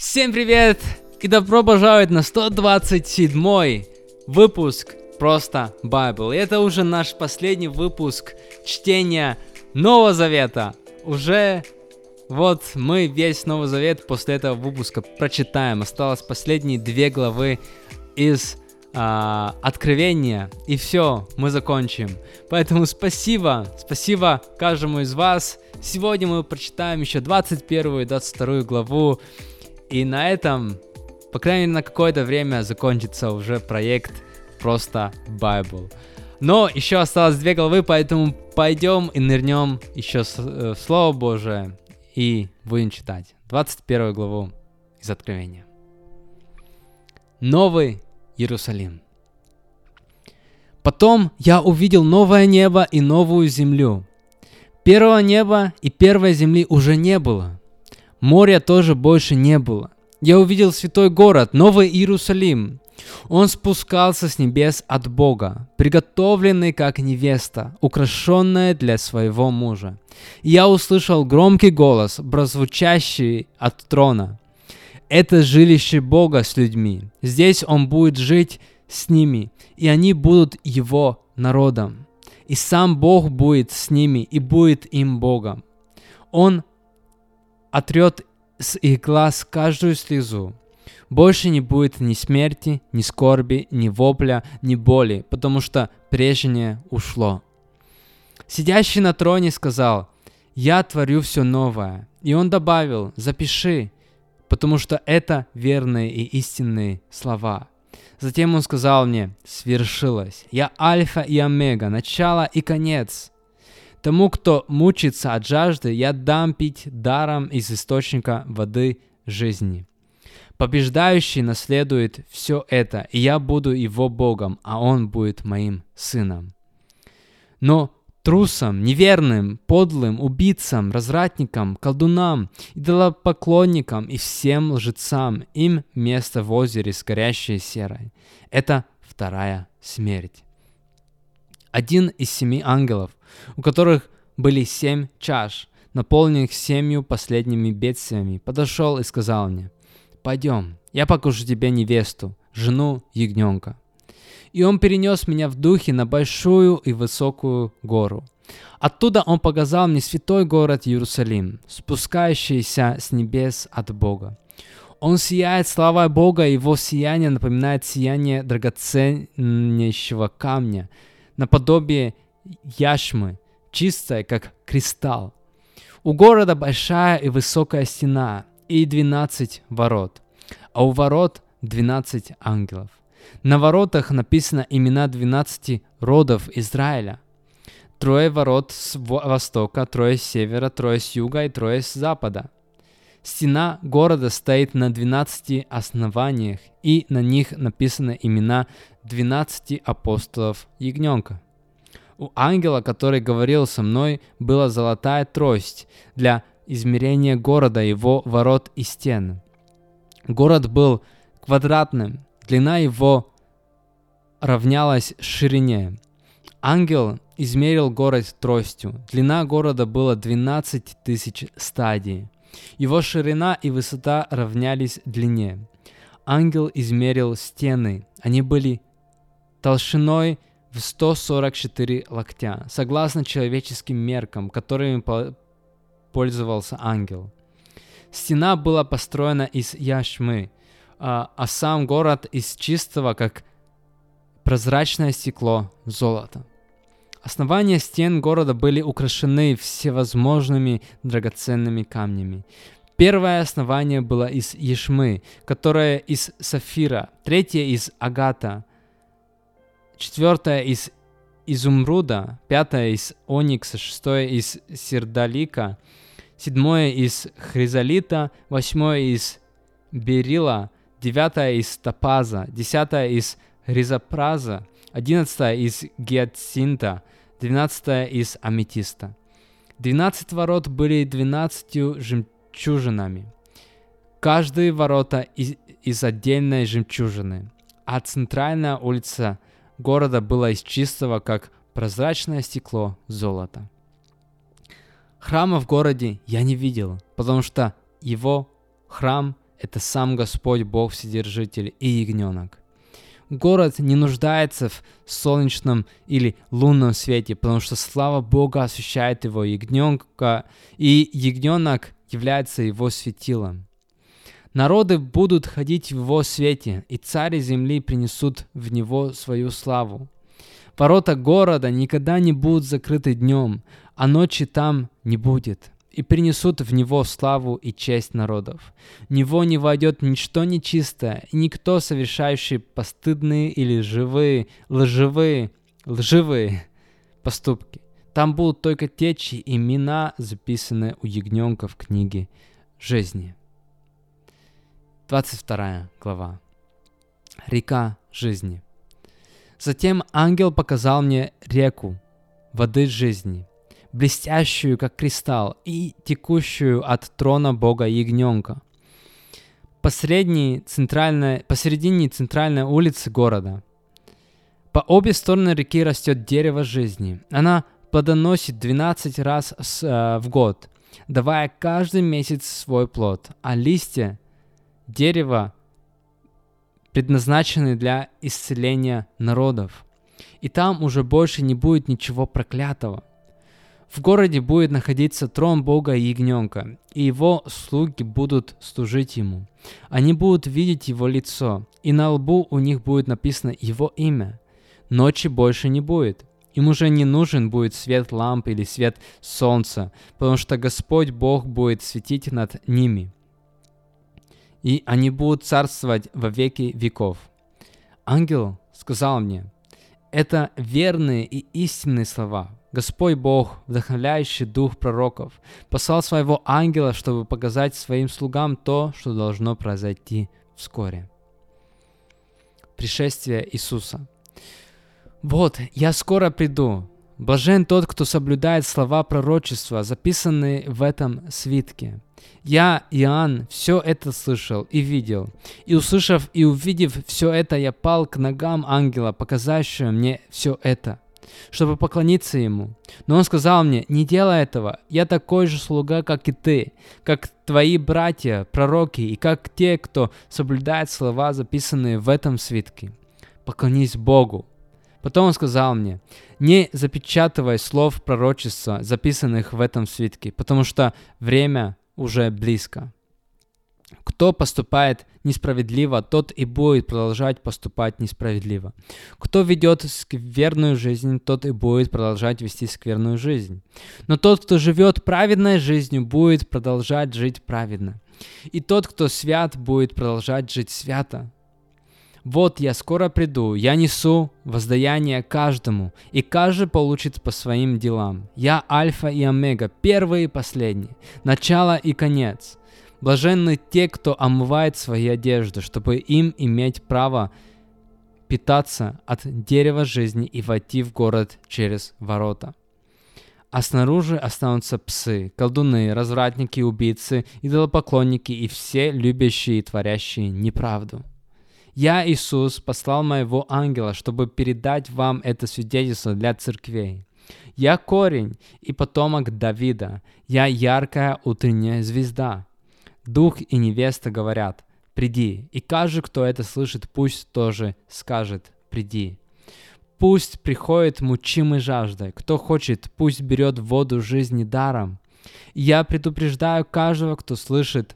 Всем привет! И добро пожаловать на 127-й выпуск Просто Bible. И это уже наш последний выпуск чтения Нового Завета. Уже вот мы весь Новый Завет после этого выпуска прочитаем. Осталось последние 2 главы из Откровения. И все, мы закончим. Поэтому спасибо каждому из вас. Сегодня мы прочитаем еще 21 и 22 главу. И на этом, по крайней мере, на какое-то время закончится уже проект Просто Bible. Но еще осталось 2 главы, поэтому пойдем и нырнем еще в Слово Божие и будем читать 21 главу из Откровения. Новый Иерусалим. Потом я увидел новое небо и новую землю. Первого неба и первой земли уже не было. Моря тоже больше не было. Я увидел святой город, Новый Иерусалим. Он спускался с небес от Бога, приготовленный как невеста, украшенная для своего мужа. И я услышал громкий голос, прозвучащий от трона. Это жилище Бога с людьми. Здесь Он будет жить с ними, и они будут Его народом. И сам Бог будет с ними и будет им Богом. Он отрет с их глаз каждую слезу. Больше не будет ни смерти, ни скорби, ни вопля, ни боли, потому что прежнее ушло. Сидящий на троне сказал: «Я творю все новое». И он добавил: «Запиши, потому что это верные и истинные слова». Затем он сказал мне: «Свершилось. Я Альфа и Омега, начало и конец. Тому, кто мучится от жажды, я дам пить даром из источника воды жизни. Побеждающий наследует все это, и я буду его Богом, а он будет моим сыном. Но трусам, неверным, подлым, убийцам, развратникам, колдунам, идолопоклонникам и всем лжецам им место в озере с горящей серой. Это вторая смерть». Один из 7 ангелов, у которых были 7 чаш, наполненных 7 последними бедствиями, подошел и сказал мне: «Пойдем, я покажу тебе невесту, жену ягненка». И он перенес меня в духе на большую и высокую гору. Оттуда он показал мне святой город Иерусалим, спускающийся с небес от Бога. Он сияет славой Бога, и его сияние напоминает сияние драгоценнейшего камня, наподобие яшмы, чистая, как кристалл. У города большая и высокая стена и 12 ворот, а у ворот 12 ангелов. На воротах написано имена 12 родов Израиля. 3 ворот с востока, 3 с севера, 3 с юга и 3 с запада. Стена города стоит на 12 основаниях, и на них написаны имена 12 апостолов ягненка. У ангела, который говорил со мной, была золотая трость для измерения города, его ворот и стен. Город был квадратным, длина его равнялась ширине. Ангел измерил город тростью. Длина города была 12 тысяч стадий. Его ширина и высота равнялись длине. Ангел измерил стены. Они были толщиной в 144 локтя, согласно человеческим меркам, которыми пользовался ангел. Стена была построена из яшмы, а сам город из чистого, как прозрачное стекло, золота. Основания стен города были украшены всевозможными драгоценными камнями. Первое основание было из яшмы, которое из сафира, третье из агата, четвертое из изумруда, пятое из оникса, шестое из сердолика, седьмое из хризолита, восьмое из берила, девятое из топаза, десятое из хризопраза, 11 из гиацинта, 12 из аметиста. 12 ворот были 12 жемчужинами. Каждые ворота из отдельной жемчужины, а центральная улица города была из чистого, как прозрачное стекло, золота. Храма в городе я не видел, потому что его храм это сам Господь Бог Вседержитель и ягненок. Город не нуждается в солнечном или лунном свете, потому что слава Бога освещает его ягненка, и ягненок является его светилом. Народы будут ходить в его свете, и цари земли принесут в него свою славу. Ворота города никогда не будут закрыты днем, а ночи там не будет, и принесут в него славу и честь народов. В него не войдет ничто нечистое, и никто, совершающий постыдные или лживые поступки. Там будут только те, чьи имена записаны у ягненка в книге жизни. 22 глава. Река жизни. Затем ангел показал мне реку воды жизни, блестящую, как кристалл, и текущую от трона Бога ягненка. Посередине центральной улицы города. По обе стороны реки растет дерево жизни. Она плодоносит 12 раз в год, давая каждый месяц свой плод, а листья дерева предназначены для исцеления народов. И там уже больше не будет ничего проклятого. В городе будет находиться трон Бога и ягненка, и его слуги будут служить ему. Они будут видеть его лицо, и на лбу у них будет написано его имя. Ночи больше не будет. Им уже не нужен будет свет ламп или свет солнца, потому что Господь Бог будет светить над ними. И они будут царствовать во веки веков. Ангел сказал мне: это верные и истинные слова. Господь Бог, вдохновляющий дух пророков, послал своего ангела, чтобы показать своим слугам то, что должно произойти вскоре. Пришествие Иисуса. Вот, я скоро приду. Блажен тот, кто соблюдает слова пророчества, записанные в этом свитке. Я, Иоанн, все это слышал и видел. И услышав и увидев все это, я пал к ногам ангела, показавшего мне все это, чтобы поклониться ему. Но он сказал мне: не делай этого, я такой же слуга, как и ты, как твои братья, пророки, и как те, кто соблюдает слова, записанные в этом свитке. Поклонись Богу. Потом он сказал мне: не запечатывай слов пророчества, записанных в этом свитке, потому что время уже близко. Кто поступает несправедливо, тот и будет продолжать поступать несправедливо. Кто ведет скверную жизнь, тот и будет продолжать вести скверную жизнь. Но тот, кто живет праведной жизнью, будет продолжать жить праведно. И тот, кто свят, будет продолжать жить свято. Вот я скоро приду, я несу воздаяние каждому, и каждый получит по своим делам. Я Альфа и Омега, первый и последний, начало и конец. Блаженны те, кто омывает свои одежды, чтобы им иметь право питаться от дерева жизни и войти в город через ворота. А снаружи останутся псы, колдуны, развратники, убийцы, идолопоклонники и все любящие и творящие неправду. Я, Иисус, послал моего ангела, чтобы передать вам это свидетельство для церквей. Я корень и потомок Давида, я яркая утренняя звезда. Дух и невеста говорят: приди, и каждый, кто это слышит, пусть тоже скажет: приди. Пусть приходит мучимый жаждой, кто хочет, пусть берет воду жизни даром. И я предупреждаю каждого, кто слышит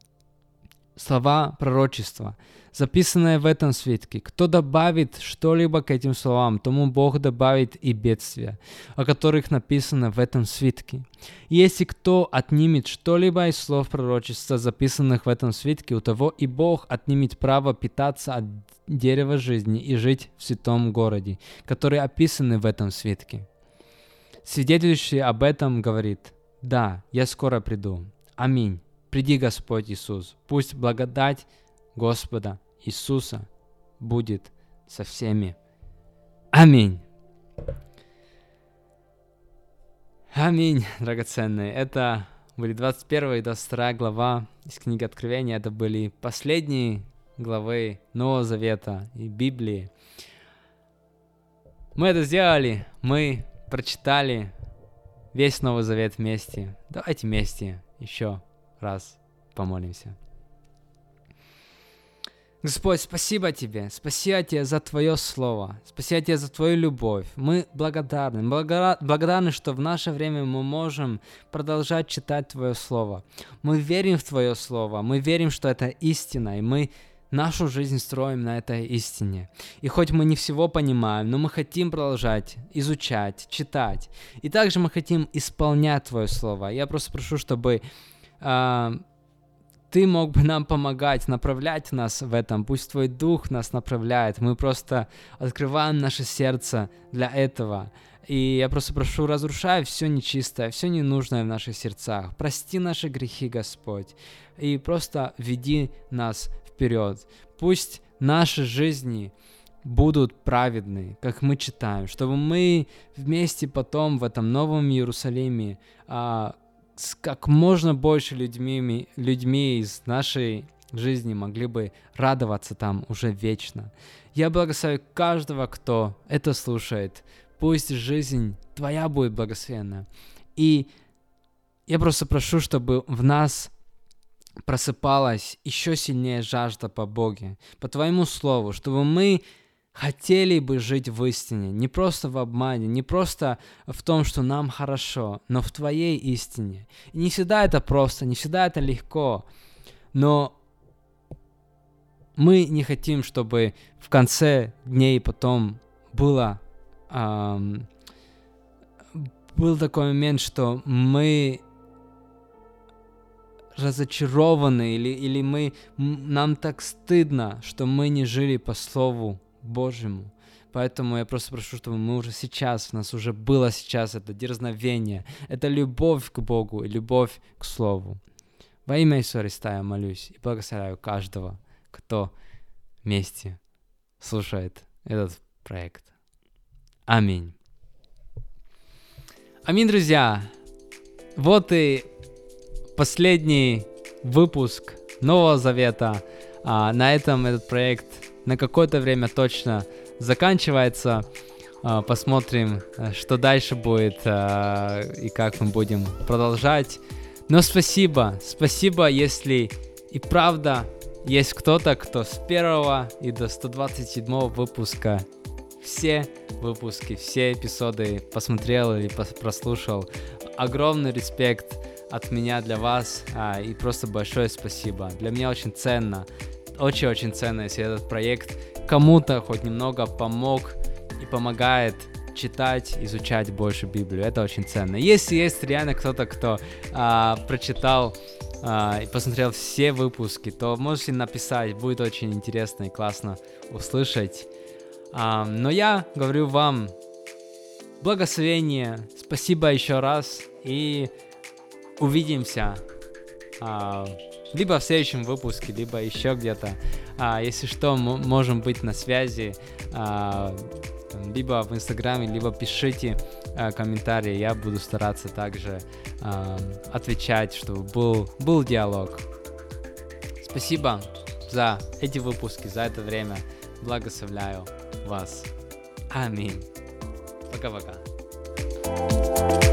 слова пророчества, записанное в этом свитке. Кто добавит что-либо к этим словам, тому Бог добавит и бедствия, о которых написано в этом свитке. И если кто отнимет что-либо из слов пророчества, записанных в этом свитке, у того и Бог отнимет право питаться от дерева жизни и жить в святом городе, которые описаны в этом свитке. Свидетельствующий об этом говорит: да, я скоро приду. Аминь. Приди, Господь Иисус. Пусть благодать Господа Иисуса будет со всеми. Аминь. Аминь, драгоценные. Это были 21 и 22 глава из книги Откровения. Это были последние главы Нового Завета и Библии. Мы это сделали. Мы прочитали весь Новый Завет вместе. Давайте вместе еще раз помолимся. Господь, спасибо Тебе за Твое Слово, спасибо Тебе за Твою любовь. Мы благодарны, что в наше время мы можем продолжать читать Твое Слово. Мы верим в Твое Слово, мы верим, что это истина, и мы нашу жизнь строим на этой истине. И хоть мы не всего понимаем, но мы хотим продолжать изучать, читать. И также мы хотим исполнять Твое Слово. Я просто прошу, чтобы Ты мог бы нам помогать, направлять нас в этом. Пусть Твой Дух нас направляет. Мы просто открываем наше сердце для этого. И я просто прошу, разрушай все нечистое, все ненужное в наших сердцах. Прости наши грехи, Господь. И просто веди нас вперед. Пусть наши жизни будут праведны, как мы читаем. Чтобы мы вместе потом в этом новом Иерусалиме с как можно больше людьми из нашей жизни могли бы радоваться там уже вечно. Я благословляю каждого, кто это слушает. Пусть жизнь Твоя будет благословенна. И я просто прошу, чтобы в нас просыпалась еще сильнее жажда по Боге, по Твоему Слову, чтобы мы хотели бы жить в истине, не просто в обмане, не просто в том, что нам хорошо, но в Твоей истине. И не всегда это просто, не всегда это легко, но мы не хотим, чтобы в конце дней потом был такой момент, что мы разочарованы или нам так стыдно, что мы не жили по Слову Божьему. Поэтому я просто прошу, чтобы мы уже сейчас, у нас уже было сейчас это дерзновение, это любовь к Богу и любовь к Слову. Во имя Иисуса Христа я молюсь и благословляю каждого, кто вместе слушает этот проект. Аминь. Аминь, друзья. Вот и последний выпуск Нового Завета. На этом этот проект на какое-то время точно заканчивается. Посмотрим, что дальше будет и как мы будем продолжать. Но спасибо, если и правда есть кто-то, кто с 1 и до 127 выпуска все выпуски, все эпизоды посмотрел или прослушал. Огромный респект от меня для вас и просто большое спасибо. Для меня очень ценно, очень ценно, если этот проект кому-то хоть немного помог и помогает читать, изучать больше Библию. Это очень ценно. Если есть реально кто-то, кто прочитал и посмотрел все выпуски, то можете написать, будет очень интересно и классно услышать. Но я говорю вам благословение, спасибо еще раз и увидимся либо в следующем выпуске, либо еще где-то. Если что, можем быть на связи, либо в Инстаграме, либо пишите комментарии. Я буду стараться также отвечать, чтобы был диалог. Спасибо за эти выпуски, за это время. Благословляю вас. Аминь. Пока-пока.